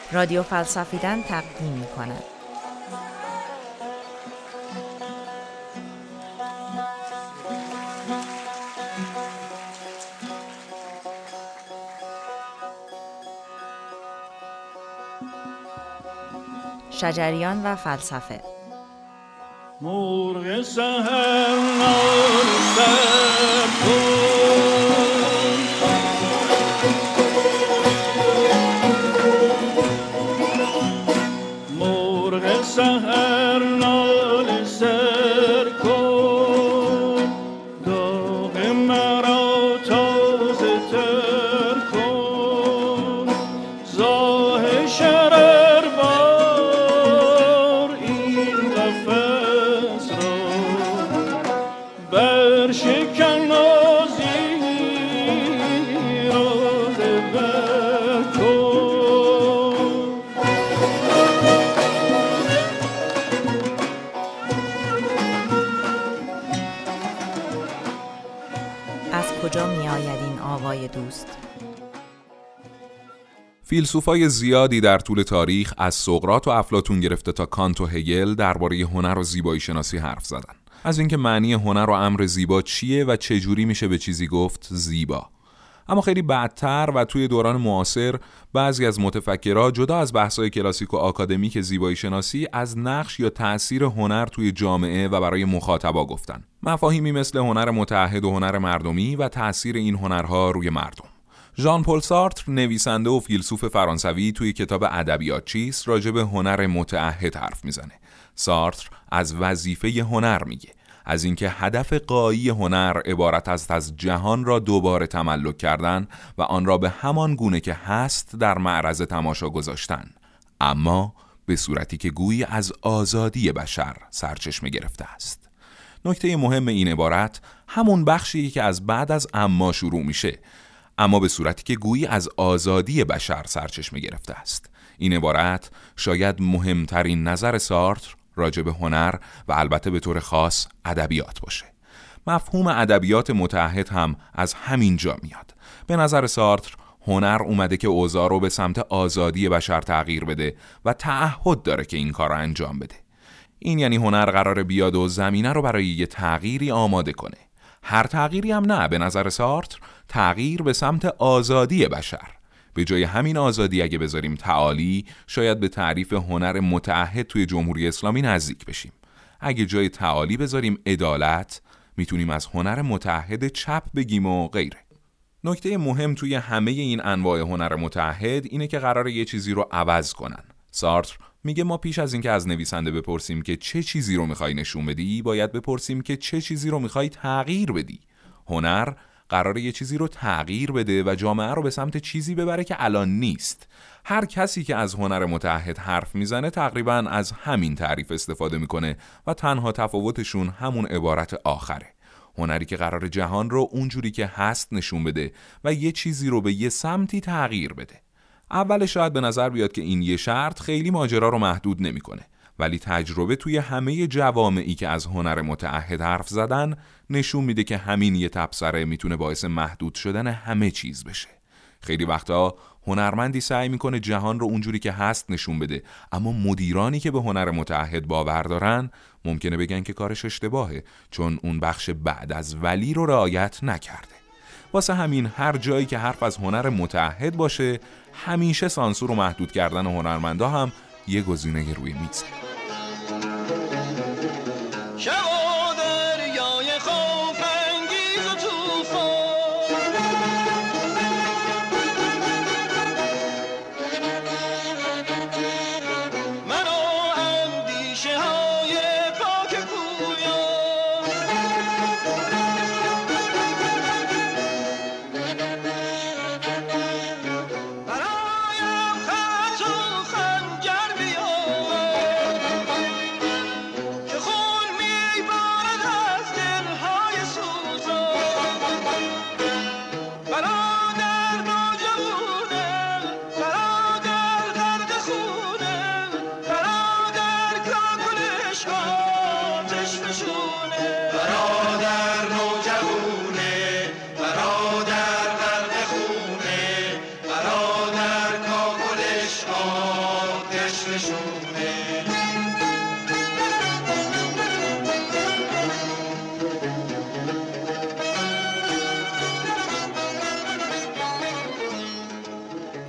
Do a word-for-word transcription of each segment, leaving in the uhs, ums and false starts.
رادیو فلسفیدن تقدیم می‌کند. شجریان و فلسفه. مرغ سحر نال سر کن، مرغ سحر نال سر کن، داغ مرا تازه تر کن، زاه شرر بار این قفس را بر شکن نازی راز بر کن. از کجا می آید این آوای دوست؟ فیلسوفای زیادی در طول تاریخ از سقراط و افلاطون گرفته تا کانت و هگل درباره هنر و زیبایی شناسی حرف زدن. از اینکه معنی هنر و امر زیبا چیه و چه جوری میشه به چیزی گفت زیبا. اما خیلی بعدتر و توی دوران معاصر بعضی از متفکرها جدا از بحث‌های کلاسیک و آکادمیک زیبایی شناسی از نقش یا تأثیر هنر توی جامعه و برای مخاطبا گفتن. مفاهیمی مثل هنر متعهد و هنر مردمی و تأثیر این هنرها روی مردم. ژان پل سارتر نویسنده و فیلسوف فرانسوی توی کتاب ادبیات چیست راجع به هنر متعهد حرف میزنه. سارتر از وظیفه هنر میگه، از اینکه هدف غایی هنر عبارت است از جهان را دوباره تملک کردن و آن را به همان گونه که هست در معرض تماشا گذاشتن، اما به صورتی که گویی از آزادی بشر سرچشمه گرفته است. نکته مهم این عبارت همون بخشی که از بعد از اما شروع میشه، اما به صورتی که گویی از آزادی بشر سرچشمه گرفته است. این عبارت شاید مهمترین نظر سارتر راجع به هنر و البته به طور خاص ادبیات باشه. مفهوم ادبیات متعهد هم از همین جا میاد. به نظر سارتر هنر اومده که اوضاع رو به سمت آزادی بشر تغییر بده و تعهد داره که این کار رو انجام بده. این یعنی هنر قراره بیاد و زمینه رو برای یه تغییری آماده کنه. هر تغییری هم نه، به نظر سارتر تغییر به سمت آزادی بشر. به جای همین آزادی اگه بذاریم تعالی، شاید به تعریف هنر متعهد توی جمهوری اسلامی نزدیک بشیم. اگه جای تعالی بذاریم عدالت، میتونیم از هنر متعهد چپ بگیم و غیره. نکته مهم توی همه این انواع هنر متعهد اینه که قراره یه چیزی رو عوض کنن. سارتر میگه ما پیش از اینکه از نویسنده بپرسیم که چه چیزی رو میخوای نشون بدی، باید بپرسیم که چه چیزی رو میخوای تغییر بدی. هنر قراره یه چیزی رو تغییر بده و جامعه رو به سمت چیزی ببره که الان نیست. هر کسی که از هنر متعهد حرف میزنه تقریباً از همین تعریف استفاده میکنه و تنها تفاوتشون همون عبارت آخره. هنری که قراره جهان رو اونجوری که هست نشون بده و یه چیزی رو به یه سمتی تغییر بده. اول شاید به نظر بیاد که این یه شرط خیلی ماجرا رو محدود نمیکنه، ولی تجربه توی همه جوامعی که از هنر متعهد حرف زدن نشون میده که همین یه تبصره میتونه باعث محدود شدن همه چیز بشه. خیلی وقتا هنرمندی سعی میکنه جهان رو اونجوری که هست نشون بده، اما مدیرانی که به هنر متعهد باور دارن ممکنه بگن که کارش اشتباهه، چون اون بخش بعد از ولی رو رعایت نکرده. واسه همین هر جایی که حرف از هنر متعهد باشه، همیشه سانسور و محدود کردن هنرمندا هم یه گزینه روی میزه.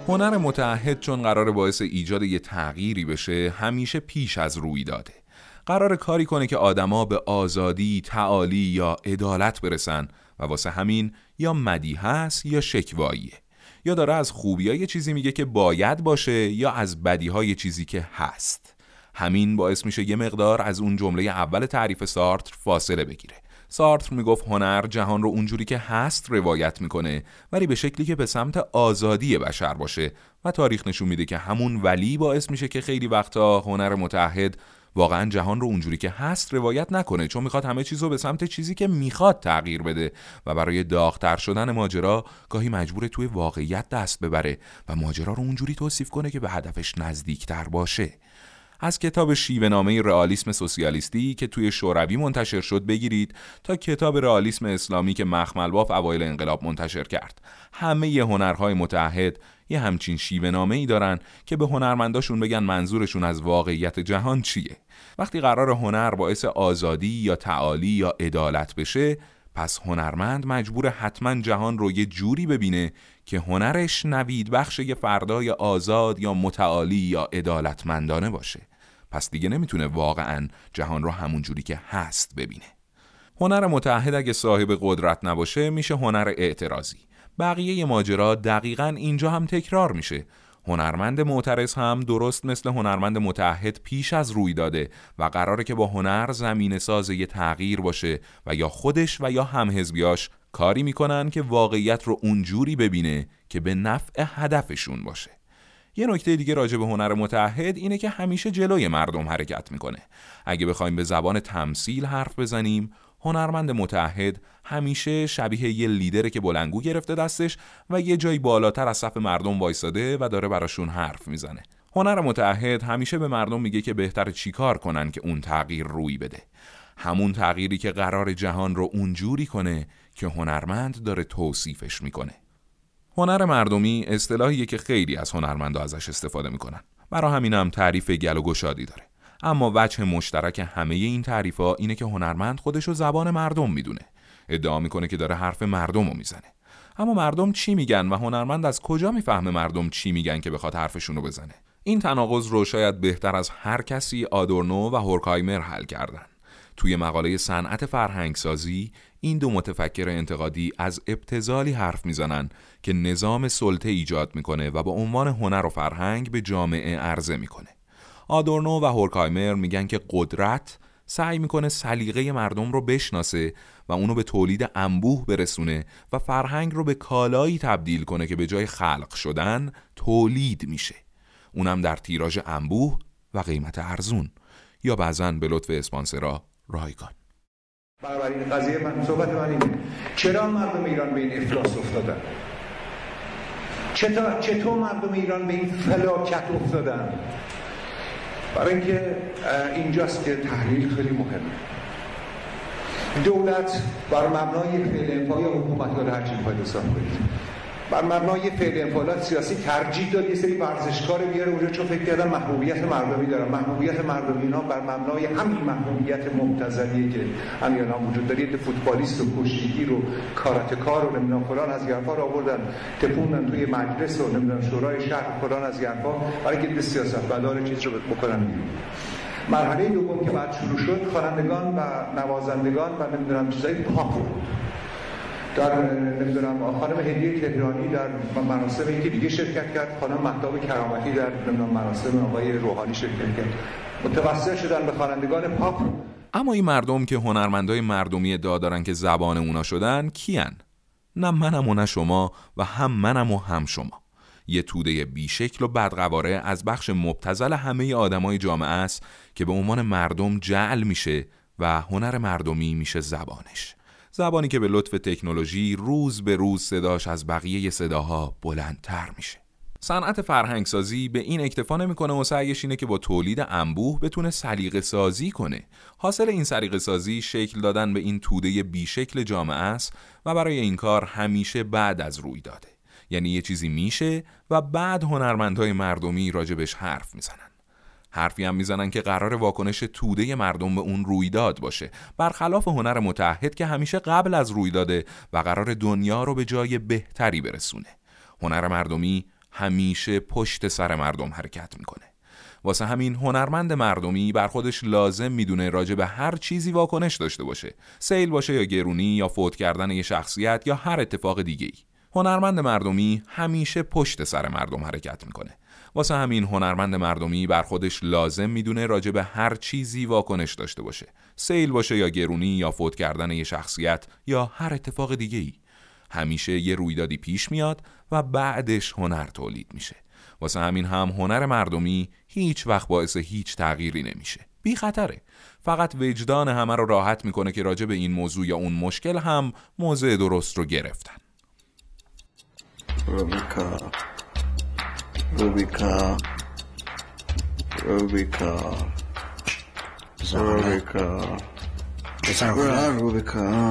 هنر متعهد چون قراره باعث ایجاد یه تغییری بشه، همیشه پیش از روی داده. قراره کاری کنه که آدما به آزادی، تعالی یا عدالت برسن و واسه همین یا مدیح هست یا شکواییه. یا داره از خوبیای چیزی میگه که باید باشه یا از بدیهای چیزی که هست. همین باعث میشه یه مقدار از اون جمله اول تعریف سارتر فاصله بگیره. سارتر میگفت هنر جهان رو اونجوری که هست روایت میکنه، ولی به شکلی که به سمت آزادی بشر باشه، و تاریخ نشون میده که همون ولی باعث میشه که خیلی وقتا هنر متعهد واقعا جهان رو اونجوری که هست روایت نکنه، چون میخواد همه چیزو به سمت چیزی که میخواد تغییر بده و برای داغ‌تر شدن ماجرا گاهی مجبوره توی واقعیت دست ببره و ماجرا رو اونجوری توصیف کنه که به هدفش نزدیکتر باشه. از کتاب شیوه‌نامه رئالیسم سوسیالیستی که توی شوروی منتشر شد بگیرید تا کتاب رئالیسم اسلامی که مخمل باف اوایل انقلاب منتشر کرد. همه ی هنرهای متعهد یه همچین شیوه‌نامه‌ای دارن که به هنرمنداشون بگن منظورشون از واقعیت جهان چیه. وقتی قرار هنر باعث آزادی یا تعالی یا عدالت بشه، پس هنرمند مجبور حتما جهان رو یه جوری ببینه که هنرش نوید بخش یه فردای آزاد یا متعالی یا عدالتمندانه باشه. پس دیگه نمیتونه واقعا جهان رو همون جوری که هست ببینه. هنر متعهد اگه صاحب قدرت نباشه میشه هنر اعتراضی. بقیه ماجرا دقیقاً اینجا هم تکرار میشه. هنرمند معترض هم درست مثل هنرمند متعهد پیش از روی داده و قراره که با هنر زمینه ساز یه تغییر باشه و یا خودش و یا همحزبیاش کاری میکنن که واقعیت رو اونجوری ببینه که به نفع هدفشون باشه. یه نکته دیگه راجع به هنر متعهد اینه که همیشه جلوی مردم حرکت میکنه. اگه بخوایم به زبان تمثیل حرف بزنیم، هنرمند متعهد همیشه شبیه یه لیدره که بلندگو گرفته دستش و یه جایی بالاتر از صف مردم وایساده و داره براشون حرف میزنه. هنر متعهد همیشه به مردم میگه که بهتره چیکار کنن که اون تغییر روی بده. همون تغییری که قرار جهان رو اونجوری کنه که هنرمند داره توصیفش میکنه. هنر مردمی اصطلاحیه که خیلی از هنرمندا ازش استفاده میکنن. برای همین هم تعریف گل و گشادی داره. اما وجه مشترک همه این تعریفا اینه که هنرمند خودشو زبان مردم میدونه. ادعا میکنه که داره حرف مردم رو میزنه. اما مردم چی میگن و هنرمند از کجا میفهمه مردم چی میگن که بخواد حرفشون رو بزنه؟ این تناقض رو شاید بهتر از هر کسی آدورنو و هورکایمر حل کردن. توی مقاله صنعت فرهنگسازی این دو متفکر انتقادی از ابتذالی حرف میزنن که نظام سلطه ایجاد میکنه و با عنوان هنر و فرهنگ به جامعه عرضه میکنه. آدورنو و هورکایمر میگن که قدرت سعی میکنه سلیقه مردم رو بشناسه و اونو به تولید انبوه برسونه و فرهنگ رو به کالایی تبدیل کنه که به جای خلق شدن تولید میشه، اونم در تیراژ انبوه و قیمت ارزون یا بعضاً به لطف اسپانسرها رایگان. بنابراین قضیه من صحبت من اینه، چرا مردم ایران به این افلاس افتادن؟ چطور چطور مردم ایران به این فلاکت افتادن؟ برای اینکه اینجاست که تحلیل خیلی مهمه. دولت بر مبنای فعل انفعال یا حکومت داره هر چی می‌خواید حساب کنید، بر مبنای فعل انفعالات سیاسی ترجیح داد یه سری ورزشکار بیاره اونجا چون فکر کردن محبوبیت مردمی دارن. محبوبیت مردمی اینا بر مبنای همین محبوبیت مبتذلیه که همین ها وجود داره. فوتبالیست و کشتیگیر و کاراتکار و نمیدونم فلان از یرفا رو آوردن تپوندن توی مجلس و نمیدونم شورای شهر فلان از یرفا برای که سیاستمدار چیز رو بکنن بیرون. مرحله دوم که بعد شروع شد، خوانندگان و نوازندگان و نمیدونم چیزای پاپ بود. در نمیدونم خانم هدیه تهرانی در مراسم یکی دیگه شرکت کرد، خانم مهتاب کرامتی در نمیدونم مراسم آقای روحانی شرکت کرد. متوسل شدن به خوانندگان پاپ. اما این مردم که هنرمندای مردمی ادعا دارن که زبان اونا شدن کیان؟ نه منم و نه شما و هم منم و هم شما. یه توده بیشکل و بدقواره از بخش مبتذل همه آدمای جامعه است که به عنوان مردم جعل میشه و هنر مردمی میشه زبانش. زبانی که به لطف تکنولوژی روز به روز صداش از بقیه صداها بلندتر میشه. صنعت فرهنگسازی به این اکتفا نمیکنه و سعیش اینه که با تولید انبوه بتونه سلیقه سازی کنه. حاصل این سلیقه سازی شکل دادن به این توده بیشکل جامعه است و برای این کار همیشه بعد از روی داده. یعنی یه چیزی میشه و بعد هنرمندهای مردمی راجبش حرف میزنن. حرفی هم میزنن که قرار واکنش توده مردم به اون رویداد باشه، برخلاف هنر متعهد که همیشه قبل از رویداده و قرار دنیا رو به جای بهتری برسونه. هنر مردمی همیشه پشت سر مردم حرکت میکنه. واسه همین هنرمند مردمی بر خودش لازم میدونه راجع به هر چیزی واکنش داشته باشه، سیل باشه یا گرونی یا فوت کردن یه شخصیت یا هر اتفاق دیگه‌ای. هنرمند مردمی همیشه پشت سر مردم حرکت میکنه. واسه همین هنرمند مردمی بر خودش لازم میدونه راجع به هر چیزی واکنش داشته باشه، سیل باشه یا گرونی یا فوت کردن یه شخصیت یا هر اتفاق دیگه‌ای. همیشه یه رویدادی پیش میاد و بعدش هنر تولید میشه. واسه همین هم هنر مردمی هیچ وقت باعث هیچ تغییری نمیشه. بی خطره. فقط وجدان همه رو راحت میکنه که راجع به این موضوع یا اون مشکل هم موضع درست رو گرفتن. روبیکا روبیکا روبیکا روبیکا بسر خدا روبیکا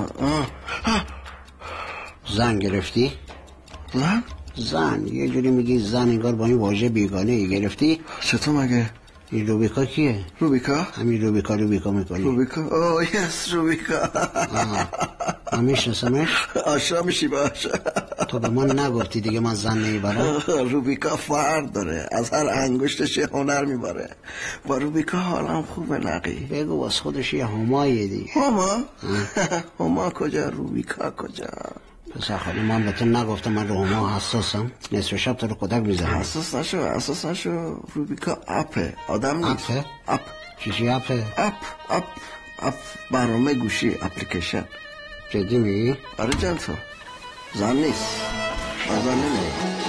زن گرفتی؟ زن؟ زن یه جوری میگی زن انگار با این واژه بیگانه ای گرفتی؟ چطور مگه؟ این روبیکا کیه؟ روبیکا؟ همین روبیکا روبیکا میکنی روبیکا اوه یس روبیکا من میشناسمش؟ آشنا میشی باش. تو به من نگفتی دیگه من زن نمیبرم؟ روبیکا فرد داره، از هر انگشتش یه هنر میباره. با روبیکا حالم خوبه نقی. بگو باز خودش یه همایه دیگه. هما؟ هما کجا روبیکا کجا؟ پسر خالی من به تو نگفتم من رو هما حساسم؟ نصف شب تو رو کدک میزنم. حساس نشو حساس نشو روبیکا اپه آدم نیست. اپه؟ اپ چیشی اپه؟ اپ اپ اپ برنامه گوشی اپلیکیشن. جدی میگی؟ آره جان تو زن نیست من زن نمیگم.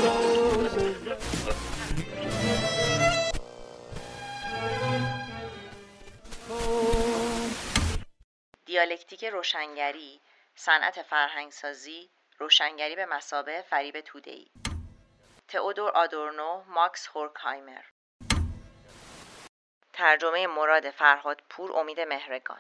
دیالکتیک روشنگری، صنعت فرهنگسازی، روشنگری به مثابه فریب توده‌ای. تئودور آدورنو، ماکس هورکهایمر. ترجمه مراد فرهادپور، امید مهرگان.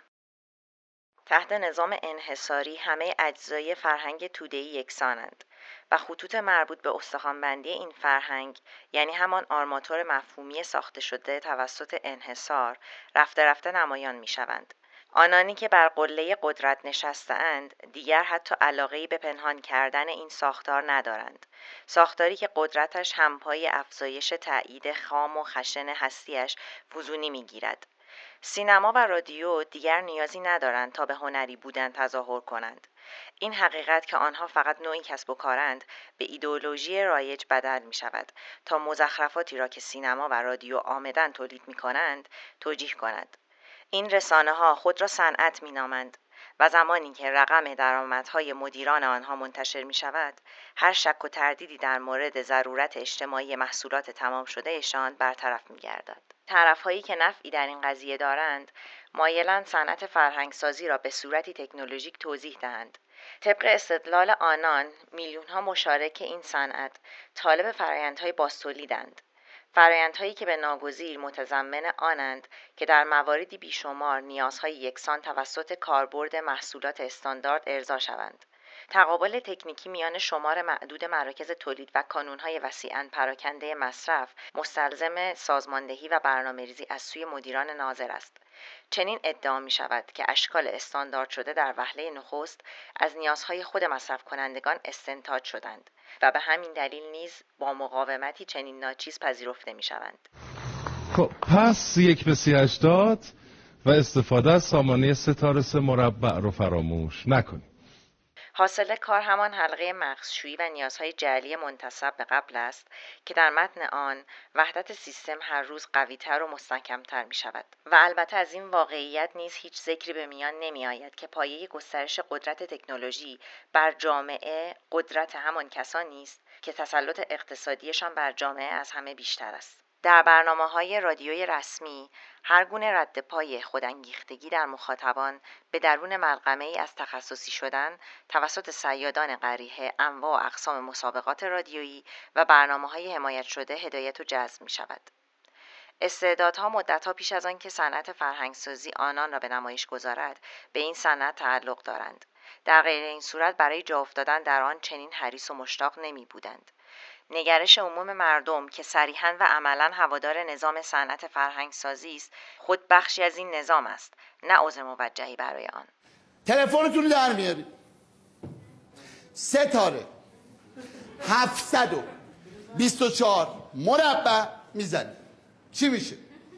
تحت نظام انحصاری همه اجزای فرهنگ توده‌ای یکسانند و خطوط مربوط به استخوان‌بندی این فرهنگ، یعنی همان آرماتور مفهومی ساخته شده توسط انحصار، رفته رفته نمایان می‌شوند. آنانی که بر قله قدرت نشسته‌اند دیگر حتی علاقه‌ای به پنهان کردن این ساختار ندارند. ساختاری که قدرتش همپای افزایش تأیید خام و خشن هستی‌اش فزونی می‌گیرد. سینما و رادیو دیگر نیازی ندارند تا به هنری بودن تظاهر کنند. این حقیقت که آنها فقط نوعی کسب و کارند به ایدئولوژی رایج بدل می شود تا مزخرفاتی را که سینما و رادیو آمدن تولید می کنند توجیه کند. این رسانه ها خود را صنعت می نامند و زمانی که رقم درآمدهای مدیران آنها منتشر می شود، هر شک و تردیدی در مورد ضرورت اجتماعی محصولات تمام شدهشان برطرف می گردد. طرف‌هایی که نفعی در این قضیه دارند، مایلند صنعت فرهنگسازی را به صورتی تکنولوژیک توضیح دهند. طبق استدلال آنان، میلیون‌ها مشارک این صنعت طالب فرآیندهای بازتولیدند. فرآیندهایی که به ناگزیر متضمن آنند که در مواردی بیشمار نیازهای یکسان توسط کاربرد محصولات استاندارد ارضا شوند. تقابل تکنیکی میان شمار معدود مراکز تولید و کانون‌های وسیعاً پراکنده مصرف مستلزم سازماندهی و برنامه‌ریزی از سوی مدیران ناظر است. چنین ادعا می شود که اشکال استاندارد شده در وهله نخست از نیازهای خود مصرف کنندگان استنتاج شدند و به همین دلیل نیز با مقاومتی چنین ناچیز پذیرفته می شوند. خب پس یک به سی هشتاد و استفاده از سامانه ستاره سه مربع رو فراموش نکنید. حاصل کار همان حلقه مغزشویی و نیازهای جعلی منتسب به قبل است که در متن آن وحدت سیستم هر روز قوی‌تر و مستحکم‌تر می شود و البته از این واقعیت نیز هیچ ذکری به میان نمی آید که پایه گسترش قدرت تکنولوژی بر جامعه قدرت همان کسانی است که تسلط اقتصادیشان بر جامعه از همه بیشتر است. در برنامه‌های رادیویی رسمی هر گونه رد پای خودانگیختگی در مخاطبان به درون ملغمه‌ای از تخصصی شدن توسط صیادان قریحه انواع و اقسام مسابقات رادیویی و برنامه‌های حمایت شده هدایت و جذب می‌شود. استعدادها مدت‌ها پیش از آن که صنعت فرهنگسازی آنان را به نمایش گذارد به این صنعت تعلق دارند. در غیر این صورت برای جا افتادن در آن چنین حریص و مشتاق نمی‌بودند. نگرش عموم مردم که صریحاً و عملاً هوادار نظام صنعت فرهنگسازی است خود بخشی از این نظام است، نه عضو موجهی برای آن. تلفنتون رو در میارید ستاره هفتصد و بیست و چهار مربع میزنی چی میشه؟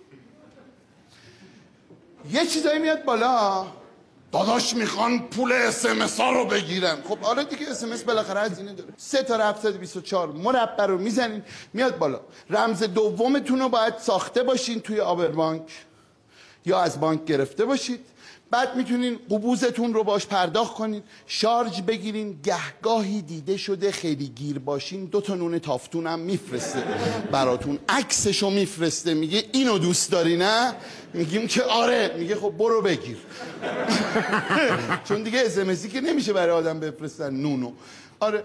یه چیزایی میاد بالا، داداش میخوان پول اس ام اس ها رو بگیرن. خب آره دیگه اس ام اس بالاخره هزینه داره. سه تا هفتصد و بیست و چهار مربع رو میزنین میاد بالا. رمز دومتون رو باید ساخته باشین توی آبربانک یا از بانک گرفته باشید. بعد میتونین قبوزتون رو باش پرداخت کنین، شارژ بگیرین. گهگاهی دیده شده خیلی گیر باشین دو تا نون تافتون هم میفرسته براتون، عکسشو میفرسته، میگه اینو دوست داری نه؟ میگیم که آره. میگه خب برو بگیر. چون دیگه اسمسی که نمیشه برای آدم بفرستن نونو. آره.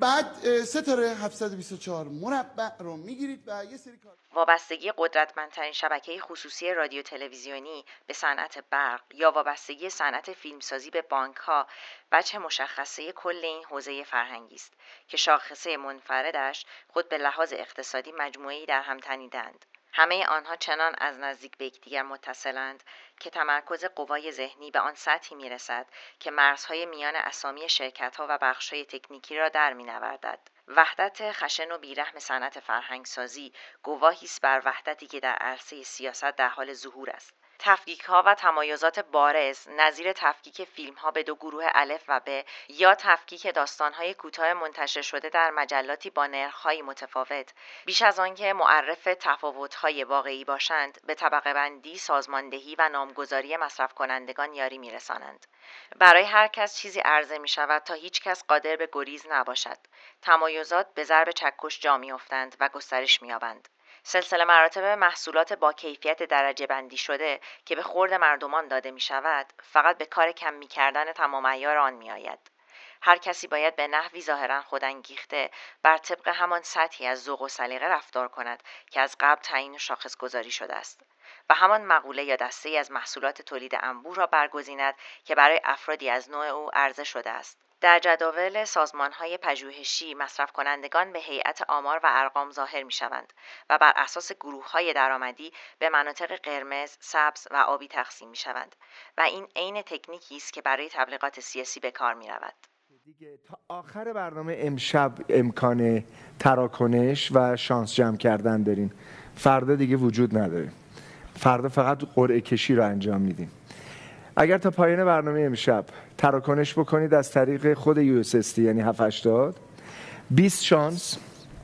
بعد ستاره هفتصد و بیست و چهار مربع رو میگیرید و یه سری کار. وابستگی قدرتمندترین شبکه خصوصی رادیو تلویزیونی به صنعت برق یا وابستگی صنعت فیلمسازی به بانک‌ها وجه مشخصه کل این حوزه فرهنگی است که شاخصه منفردش خود به لحاظ اقتصادی مجموعه‌ای در هم تنیدند. همه آنها چنان از نزدیک به یکدیگر متصلند که تمرکز قوای ذهنی به آن سطحی میرسد که مرزهای میان اسامی شرکت‌ها و بخش‌های تکنیکی را در می‌نوردد. وحدت خشن و بیرحم صنعت فرهنگسازی گواهی است بر وحدتی که در عرصه سیاست در حال ظهور است. تفکیک‌ها و تمایزات بارز نظیر تفکیک فیلم‌ها به دو گروه الف و ب یا تفکیک داستان‌های کوتاه منتشر شده در مجلاتی با نرخ‌های متفاوت بیش از آنکه معرف تفاوت‌های واقعی باشند به طبقه بندی، سازماندهی و نامگذاری مصرف کنندگان یاری می‌رسانند. برای هر کس چیزی عرضه می‌شود تا هیچ کس قادر به گریز نباشد. تمایزات به ضرب چکش جا می‌افتند و گسترش می‌یابند. سلسله مراتب محصولات با کیفیت درجه بندی شده که به خورد مردمان داده می شود فقط به کار کم می کردن تمام عیار آن می آید. هر کسی باید به نحوی ظاهرا خودانگیخته بر طبق همان سطحی از ذوق و سلیقه رفتار کند که از قبل تعیین شاخص گذاری شده است و همان مقوله یا دسته‌ای از محصولات تولید انبوه را برگزیند که برای افرادی از نوع او عرضه شده است. در جداول سازمان‌های پژوهشی مصرف کنندگان به هیئت آمار و ارقام ظاهر می‌شوند و بر اساس گروه‌های درآمدی به مناطق قرمز، سبز و آبی تقسیم می‌شوند و این عین تکنیکی است که برای تبلیغات سیاسی به کار می‌رود. دیگه تا آخر برنامه امشب امکان تراکنش و شانس جمع کردن داریم. فردا دیگه وجود نداره. فردا فقط قرعه کشی رو انجام میدیم. اگر تا پایان برنامه امشب تراکنش بکنید از طریق خود یو اس اس دی یعنی هفت هشتاد بیست شانس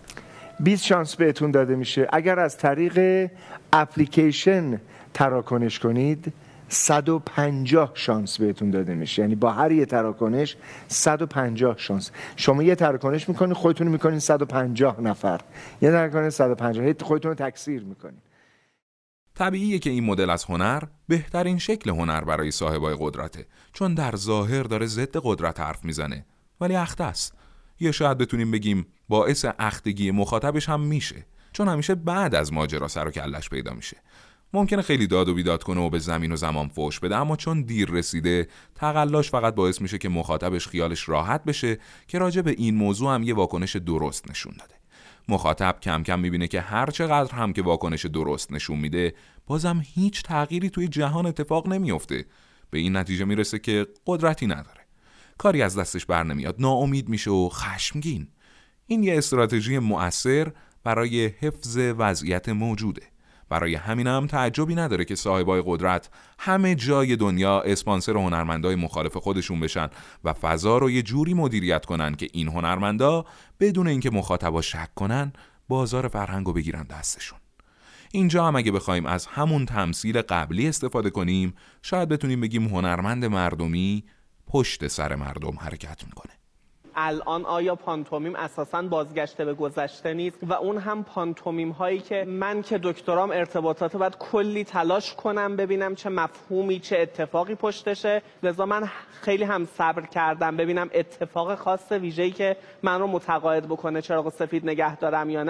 بیست شانس بهتون داده میشه. اگر از طریق اپلیکیشن تراکنش کنید صد و پنجاه شانس بهتون داده میشه. یعنی با هر یه تراکنش صد و پنجاه شانس. شما یه تراکنش میکنید خودتون میکنید صد و پنجاه نفر، یه تراکنش صد و پنجاه خودتون رو تکثیر میکنید. طبیعیه که این مدل از هنر بهترین شکل هنر برای صاحبای قدرته، چون در ظاهر داره ضد قدرت حرف میزنه ولی اخته است. یا شاید بتونیم بگیم باعث اختگی مخاطبش هم میشه، چون همیشه بعد از ماجرا سر و کلش پیدا میشه. ممکنه خیلی داد و بیداد کنه و به زمین و زمان فوش بده، اما چون دیر رسیده تقلاش فقط باعث میشه که مخاطبش خیالش راحت بشه که راجع به این موضوع هم یه واکنش درست نشون داده. مخاطب کم کم میبینه که هر چقدر هم که واکنش درست نشون میده بازم هیچ تغییری توی جهان اتفاق نمیفته. به این نتیجه میرسه که قدرتی نداره، کاری از دستش بر نمیاد، ناامید میشه و خشمگین. این یه استراتژی مؤثر برای حفظ وضعیت موجوده. برای همین هم تعجبی نداره که صاحبای قدرت همه جای دنیا اسپانسر هنرمندای مخالف خودشون بشن و فضا رو یه جوری مدیریت کنن که این هنرمندا بدون اینکه مخاطبا شک کنن بازار فرهنگو بگیرن دستشون. اینجا هم اگه بخوایم از همون تمثیل قبلی استفاده کنیم شاید بتونیم بگیم هنرمند مردمی پشت سر مردم حرکت میکنه. الان آیا پانتومیم اساساً بازگشته به گذشته نیست و اون هم پانتومیم هایی که من که دکترام ارتباطات باید کلی تلاش کنم ببینم چه مفهومی چه اتفاقی پشتشه، لذا من خیلی هم صبر کردم ببینم اتفاق خاص ویژه‌ای که من رو متقاعد بکنه چراغ سفید نگه دارم یا نه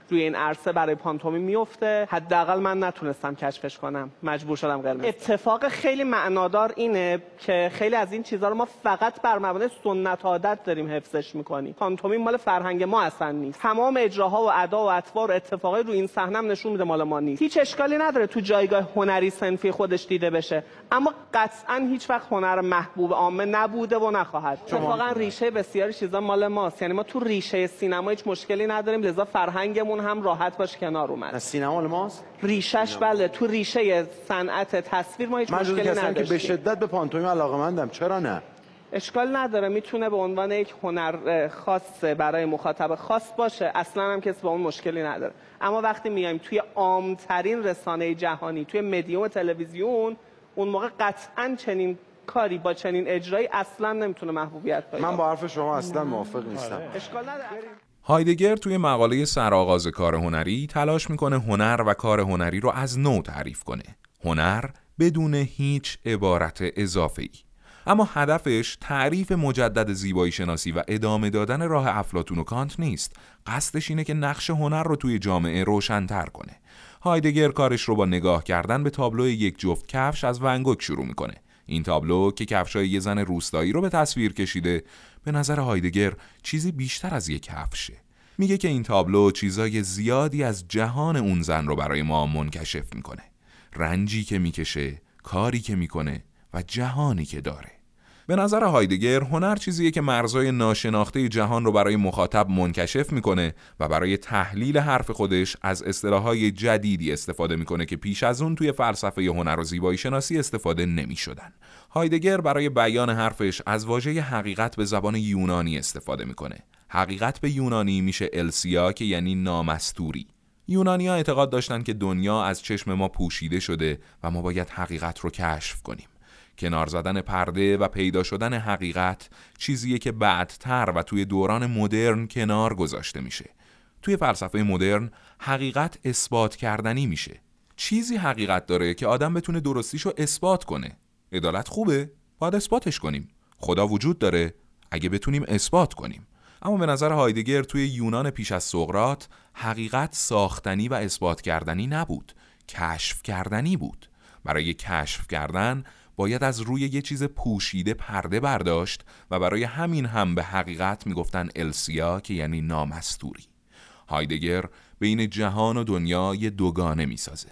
روی این عرصه برای پانتومیم میفته. حداقل من نتونستم کشفش کنم، مجبور شدم قرمز. اتفاق خیلی معنادار اینه که خیلی از این چیزها رو ما فقط بر مبنای سنت عادت داریم حفظش میکنیم. پانتومیم مال فرهنگ ما اصلا نیست. تمام اجراها و ادا و اطوار و اتفاقای روی این صحنه هم نشون میده مال ما نیست. هیچ اشکالی نداره تو جایگاه هنری صنفی خودش دیده بشه، اما قطعا هیچ وقت هنر محبوب عامه نبوده و نخواهد. اتفاقا ریشه بسیاری چیزا مال ماست، یعنی ما تو ریشه سینما هیچ مشکلی نداریم، لذا فرهنگمون هم راحت باش کنار اومد. سینما مال ماست؟ ریشش بله، تو ریشه صنعت تصویر ما هیچ مشکلی نداریم. من که به شدت به پانتومیم علاقه‌مندم، چرا نه؟ اشکال نداره، میتونه به عنوان یک هنر خاص برای مخاطب خاص باشه، اصلا هم کسی با اون مشکلی نداره. اما وقتی میایم توی عامترین رسانه جهانی، توی مدیوم تلویزیون، اون موقع قطعا چنین کاری با چنین اجرایی اصلا نمیتونه محبوبیت پیدا کنه. من با حرف شما اصلا موافق نیستم. اشکال نداره. هایدگر توی مقاله سرآغاز کار هنری تلاش میکنه هنر و کار هنری رو از نو تعریف کنه. هنر بدون هیچ عبارت اضافه‌ای. اما هدفش تعریف مجدد زیبایی شناسی و ادامه دادن راه افلاطون و کانت نیست. قصدش اینه که نقش هنر رو توی جامعه روشن‌تر کنه. هایدگر کارش رو با نگاه کردن به تابلو یک جفت کفش از ون گوگ شروع میکنه. این تابلو که کفشای یه زن روستایی رو به تصویر کشیده، به نظر هایدگر چیزی بیشتر از یک کفشه. میگه که این تابلو چیزای زیادی از جهان اون زن رو برای ما منکشف میکنه. رنجی که میکشه، کاری که میکنه و جهانی که داره. به نظر هایدگر هنر چیزیه که مرزهای ناشناخته جهان رو برای مخاطب منکشف میکنه و برای تحلیل حرف خودش از اصطلاحات جدیدی استفاده میکنه که پیش از اون توی فلسفه هنر و زیبایی شناسی استفاده نمیشدن. هایدگر برای بیان حرفش از واژه حقیقت به زبان یونانی استفاده میکنه. حقیقت به یونانی میشه السیا که یعنی نامستوری. یونانی‌ها اعتقاد داشتن که دنیا از چشم ما پوشیده شده و ما باید حقیقت رو کشف کنیم. کنار زدن پرده و پیدا شدن حقیقت چیزیه که بعدتر و توی دوران مدرن کنار گذاشته میشه. توی فلسفه مدرن حقیقت اثبات کردنی میشه. چیزی حقیقت داره که آدم بتونه درستیشو اثبات کنه. عدالت خوبه؟ باید اثباتش کنیم. خدا وجود داره؟ اگه بتونیم اثبات کنیم. اما به نظر هایدگر توی یونان پیش از سقراط حقیقت ساختنی و اثبات کردنی نبود، کشف کردنی بود. برای کشف کردن باید از روی یه چیز پوشیده پرده برداشت و برای همین هم به حقیقت میگفتن السیا که یعنی نامستوری. هایدگر بین جهان و دنیا یه دوگانه میسازه.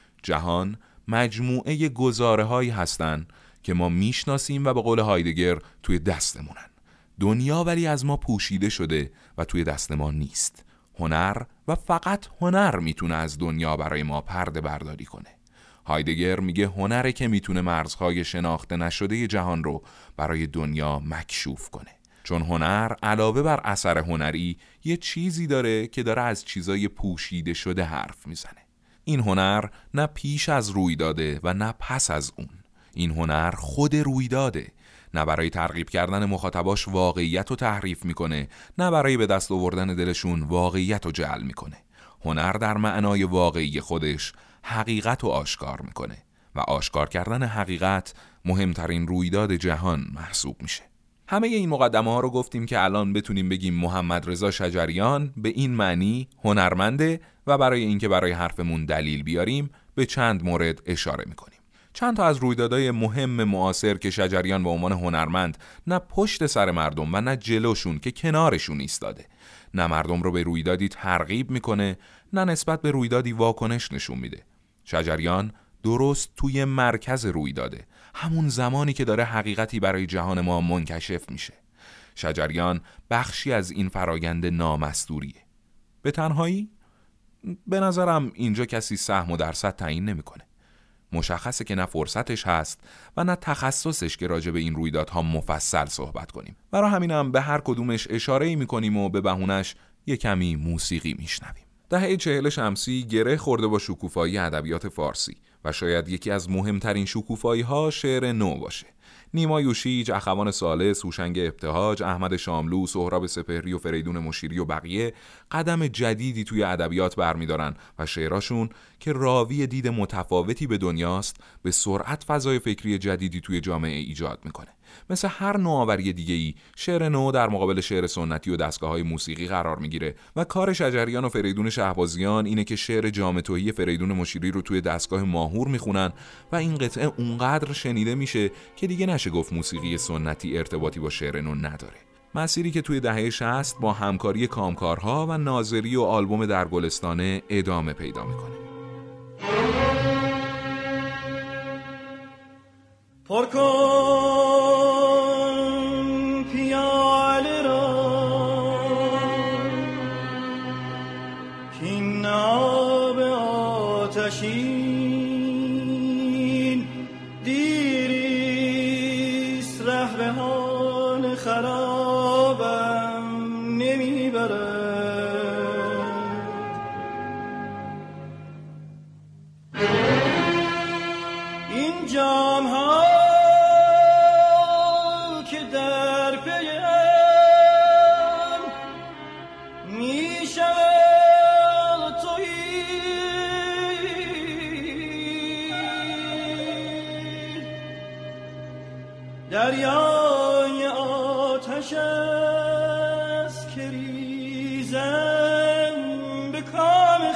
جهان مجموعه گزاره هایی هستن که ما میشناسیم و به قول هایدگر توی دستمونن. دنیا ولی از ما پوشیده شده و توی دست ما نیست. هنر و فقط هنر میتونه از دنیا برای ما پرده برداری کنه. هایدگر میگه هنره که میتونه مرزهای شناخته نشده جهان رو برای دنیا مکشوف کنه. چون هنر علاوه بر اثر هنری یه چیزی داره که داره از چیزای پوشیده شده حرف میزنه. این هنر نه پیش از روی داده و نه پس از اون. این هنر خود روی داده. نه برای ترغیب کردن مخاطباش واقعیت رو تحریف میکنه، نه برای به دست آوردن دلشون واقعیت رو جعل میکنه. هنر در معنای واقعی خودش حقیقت رو آشکار میکنه و آشکار کردن حقیقت مهمترین رویداد جهان محسوب میشه. همه این مقدمه ها رو گفتیم که الان بتونیم بگیم محمد رضا شجریان به این معنی هنرمنده و برای اینکه برای حرفمون دلیل بیاریم به چند مورد اشاره میکنیم. چند تا از رویدادهای مهم معاصر که شجریان به عنوان هنرمند نه پشت سر مردم و نه جلوشون که کنارشون ایستاده، نه مردم رو به رویدادی ترغیب میکنه نه نسبت به رویدادی واکنش نشون میده. شجریان درست توی مرکز رویداده، همون زمانی که داره حقیقتی برای جهان ما منکشف میشه. شجریان بخشی از این فرایند نامستوریه. به تنهایی به نظرم اینجا کسی سهم و درصد تعیین نمیکنه. مشخصه که نه فرصتش هست و نه تخصصش که راجع به این رویدادها مفصل صحبت کنیم. برای همینم به هر کدومش اشاره‌ای میکنیم و به بهونش یه کمی موسیقی میشنویم. دهه چهل شمسی گره خورده با شکوفایی ادبیات فارسی و شاید یکی از مهمترین شکوفایی‌ها شعر نو باشه. نیما یوشیج، اخوان ثالث، هوشنگ ابتهاج، احمد شاملو، سهراب سپهری و فریدون مشیری و بقیه قدم جدیدی توی ادبیات برمی‌دارن و شعراشون که راوی دید متفاوتی به دنیاست به سرعت فضای فکری جدیدی توی جامعه ایجاد میکنه. مثل هر نوآوری دیگه‌ای، شعر نو در مقابل شعر سنتی و دستگاه‌های موسیقی قرار میگیره و کار شجریان و فریدون شهبازیان اینه که شعر جام تهی فریدون مشیری رو توی دستگاه ماهور میخونن و این قطعه اونقدر شنیده میشه که دیگه نشه گفت موسیقی سنتی ارتباطی با شعر نو نداره. مسیری که توی دهه شصت با همکاری کامکارها و ناظری و آلبوم در گلستانه ادامه پیدا میکنه. پر کن پیاله را کین آب آتشین دیریست رهروان خرابم نمیبرد. این جام ها دریای آتش است که ریزم به کام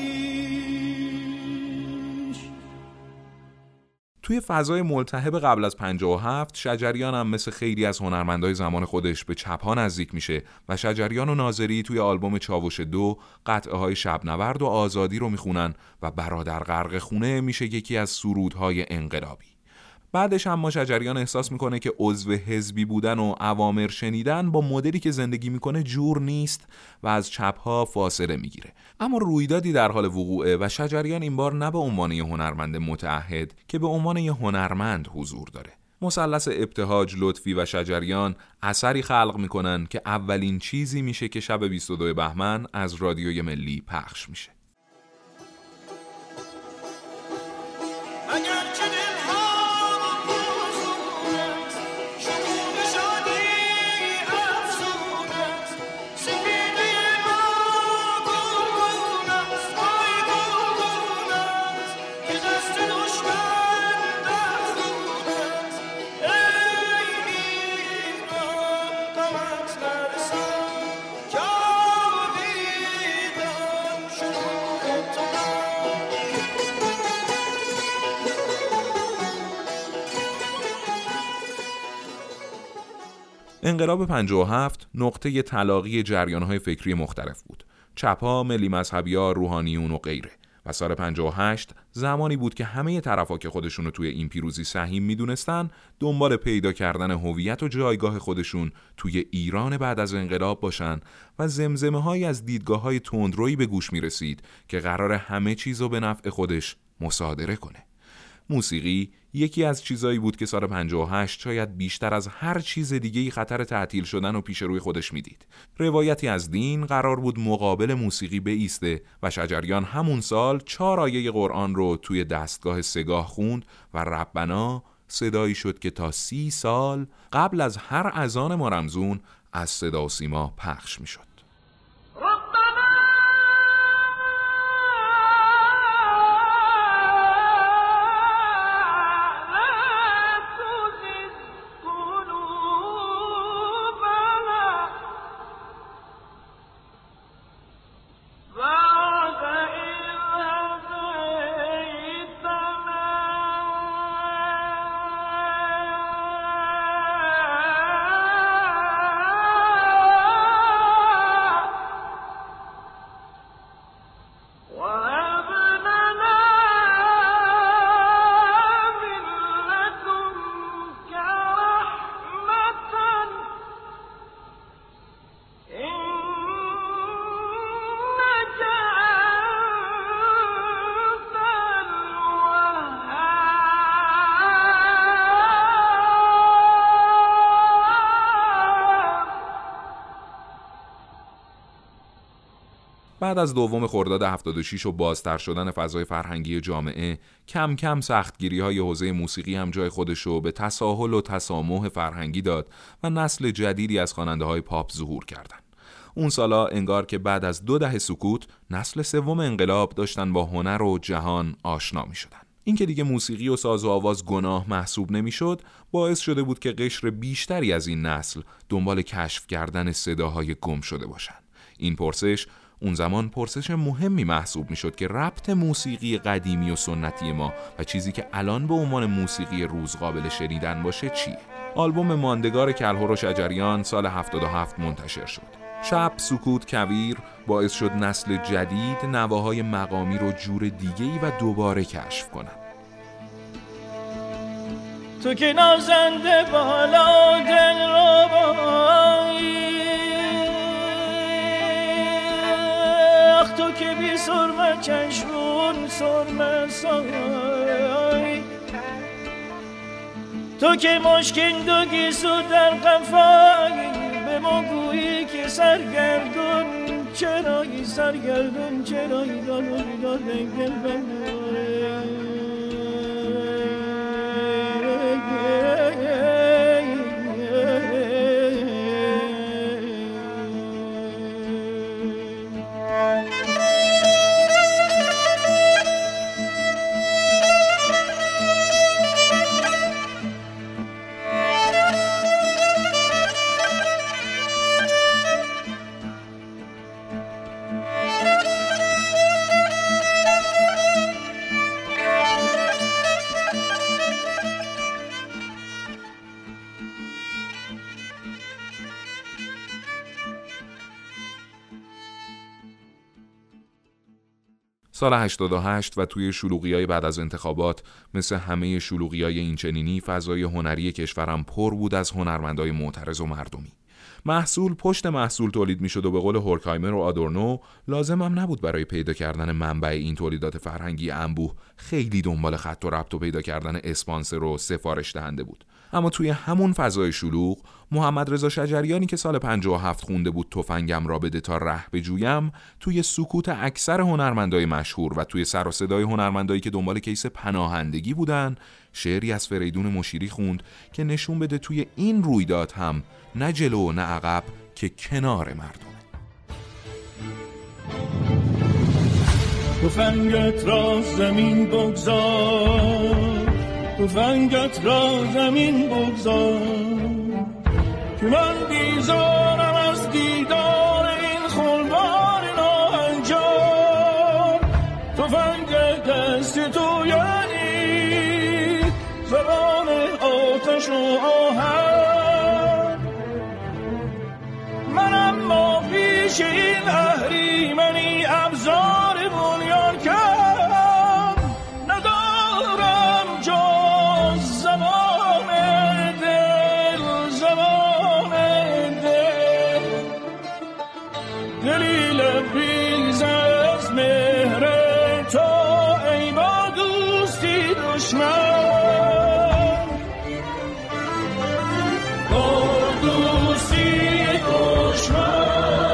خویش. توی فضای ملتهب قبل از پنجاه و هفت شجریان هم مثل خیلی از هنرمندای زمان خودش به چپ‌ها نزدیک میشه و شجریان و ناظری توی آلبوم چاوش دو قطعه های شبنورد و آزادی رو میخونن و برادر غرق خونه میشه یکی از سرودهای انقلابی. بعدش هم ما شجریان احساس میکنه که عضو حزبی بودن و اوامر شنیدن با مدلی که زندگی میکنه جور نیست و از چپ‌ها فاصله میگیره. اما رویدادی در حال وقوعه و شجریان این بار نه به عنوان یه هنرمند متعهد که به عنوان یه هنرمند حضور داره. مثلث ابتهاج، لطفی و شجریان اثری خلق میکنن که اولین چیزی میشه که شب بیست و دو بهمن از رادیوی ملی پخش میشه. انقلاب پنجاه و هفت نقطه تلاقی جریان‌های فکری مختلف بود. چپ‌ها، ملی مذهبی‌ها، روحانیون و غیره. و سال پنجاه و هشت زمانی بود که همه طرفا که خودشونو توی این پیروزی سهیم میدونستن دنبال پیدا کردن هویت و جایگاه خودشون توی ایران بعد از انقلاب باشن و زمزمه‌هایی از دیدگاه‌های تندرویی به گوش میرسید که قرار همه چیزو به نفع خودش مصادره کنه. موسیقی یکی از چیزایی بود که سال پنجاه و هشت شاید بیشتر از هر چیز دیگه‌ای خطر تعطیل شدن و پیش روی خودش میدید. روایتی از دین قرار بود مقابل موسیقی بایسته و شجریان همون سال چهار آیه قرآن رو توی دستگاه سگاه خوند و ربنا صدایی شد که تا سی سال قبل از هر اذان ما رمضون از صدا و سیما پخش میشد. بعد از دوم خرداد هفتاد و شش و بازتر شدن فضای فرهنگی جامعه، کم کم سختگیری‌های حوزه موسیقی هم جای خودشو به تساهل و تسامح فرهنگی داد و نسل جدیدی از خواننده‌های پاپ ظهور کردند. اون سالا انگار که بعد از دو دهه سکوت، نسل سوم انقلاب داشتن با هنر و جهان آشنا می‌شدن. این که دیگه موسیقی و ساز و آواز گناه محسوب نمیشد باعث شده بود که قشر بیشتری از این نسل دنبال کشف کردن صداهای گم شده باشن. این پرسش اون زمان پرسش مهمی محسوب میشد که ربط موسیقی قدیمی و سنتی ما و چیزی که الان به عنوان موسیقی روز قابل شنیدن باشه چیه؟ آلبوم ماندگار کلهر شجریان سال هفتاد و هفت منتشر شد. شب، سکوت، کویر باعث شد نسل جدید نواهای مقامی رو جور دیگه‌ای و دوباره کشف کنن. تو که نازنده بالا دل رو بایی، اخ تو که بی سرمه چشمون سرمه سایی، تو که مشکین دو گیسو در قفایی، به ما گویی که سرگردون چرایی، سرگردون چرایی، دادایی دادایی دل بندایی. سال هشتاد و هشت و توی شلوغی‌های بعد از انتخابات مثل همه شلوغی‌های اینچنینی فضای هنری کشورم پر بود از هنرمندای معترض و مردمی. محصول پشت محصول تولید می‌شد و به قول هورکهایمر و آدورنو لازم هم نبود برای پیدا کردن منبع این تولیدات فرهنگی انبوه خیلی دنبال خط و ربط و پیدا کردن اسپانسر و سفارش دهنده بود. اما توی همون فضای شلوغ محمد رضا شجریانی که سال پنجاه و هفت خونده بود تفنگم را بده تا ره بجویم، توی سکوت اکثر هنرمندای مشهور و توی سر و صدای هنرمندایی که دنبال کیس پناهندگی بودن شعری از فریدون مشیری خوند که نشون بده توی این رویداد هم نه جلو نه عقب که کنار مردمه. تفنگت را زمین بگذار، تفنگت را زمین بگذار، که من بیزارم از دیدار این خلوار ناهنجار. تفنگ دست تو یعنی زبان آتش و آهن، من اما پیش این اهریمنی ابزار بنیان کم ندارم جز زبان دل، زبان دل، دلی لبریز از مهر تو ای با دوستی دشمن، با دوستی دشمن.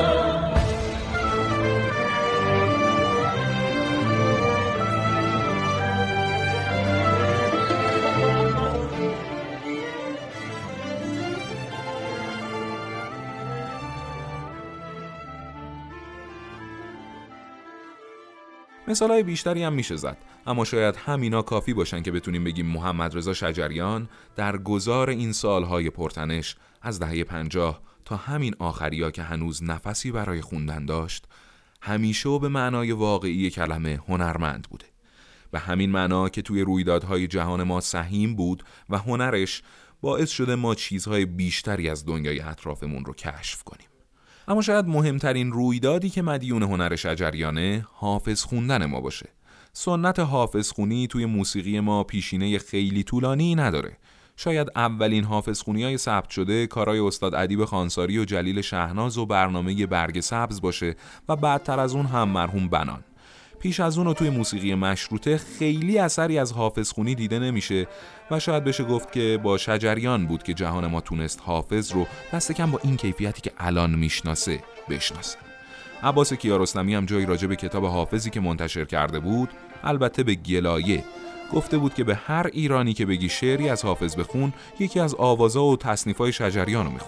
مثالای بیشتری هم میشه زد، اما شاید همینا کافی باشن که بتونیم بگیم محمد رضا شجریان در گذار این سالهای پرتنش از دهه پنجاه تا همین آخریا که هنوز نفسی برای خوندن داشت، همیشه و به معنای واقعی کلمه هنرمند بوده. به همین معنا که توی رویدادهای جهان ما سهیم بود و هنرش باعث شده ما چیزهای بیشتری از دنیای اطرافمون رو کشف کنیم. اما شاید مهمترین رویدادی که مدیون هنر شجریانه حافظ خوندن ما باشه. سنت حافظ خونی توی موسیقی ما پیشینه خیلی طولانی نداره. شاید اولین حافظ خونی‌های ثبت شده کارای استاد ادیب خانساری و جلیل شهناز و برنامه برگ سبز باشه و بعدتر از اون هم مرحوم بنان. پیش از اون و توی موسیقی مشروطه خیلی اثری از حافظ خونی دیده نمیشه و شاید بشه گفت که با شجریان بود که جهان ما تونست حافظ رو دست کم با این کیفیتی که الان میشناسه بشناسه. عباس کیارستمی هم جایی راجع به کتاب حافظی که منتشر کرده بود، البته به گلایه، گفته بود که به هر ایرانی که بگی شعری از حافظ بخون یکی از آوازا و تصنیفای شجریان رو میخونه.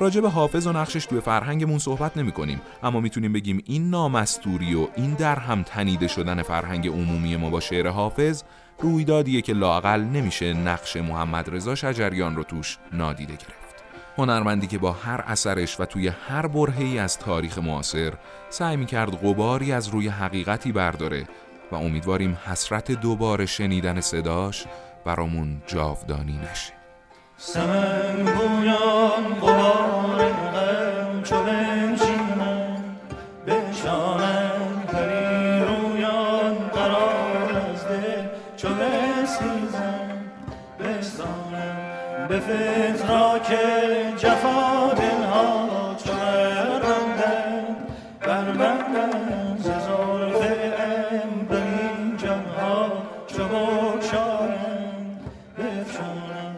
راجع به حافظ و نقشش توی فرهنگمون صحبت نمی کنیم، اما میتونیم بگیم این نامستوری و این در هم تنیده شدن فرهنگ عمومی ما با شعر حافظ رویدادیه که لااقل نمیشه نقش محمد رضا شجریان رو توش نادیده گرفت. هنرمندی که با هر اثرش و توی هر برهه‌ای از تاریخ معاصر سعی می‌کرد غباری از روی حقیقتی برداره و امیدواریم حسرت دوباره شنیدن صداش برامون جاودانی نشه. سمن بویان غبار غم چو بنشینم بنشانم پری رویان قرار از دل چو بستیزم بستانم به فتراک جفا دلها چو بربندم بربندم ز زلف عنبرین جانها چو بگشایم بفشانم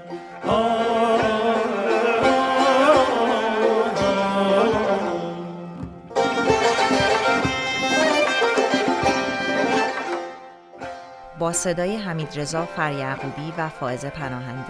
با صدای حمیدرضا فریعقوبی و فائزه پناهنده.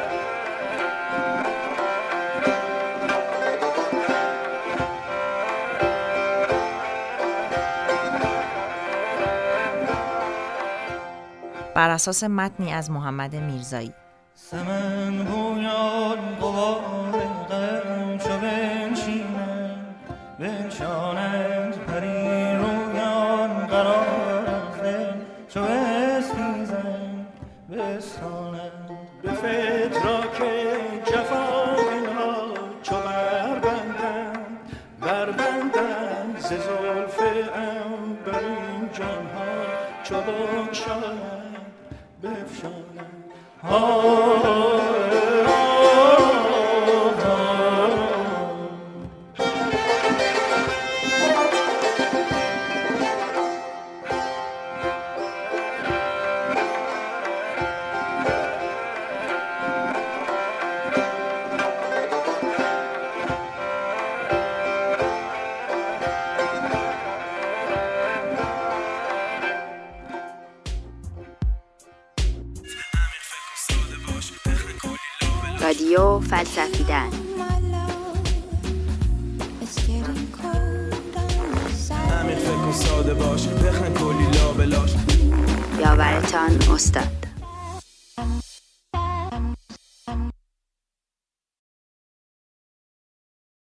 بر اساس متنی از محمد میرزایی. سمن بویان غبار غم چو بنشینم بنشانند پری رویان قرار از دل چو بستیزم بستانند به فتراک جفا دلها چو بربندند بربندند ز زلف عنبرین جانها چو بگشایم بفشانند. رادیو فلسفیدن. همین فکر ساده باش بخن کلی لا بلاش. یاورتان استاد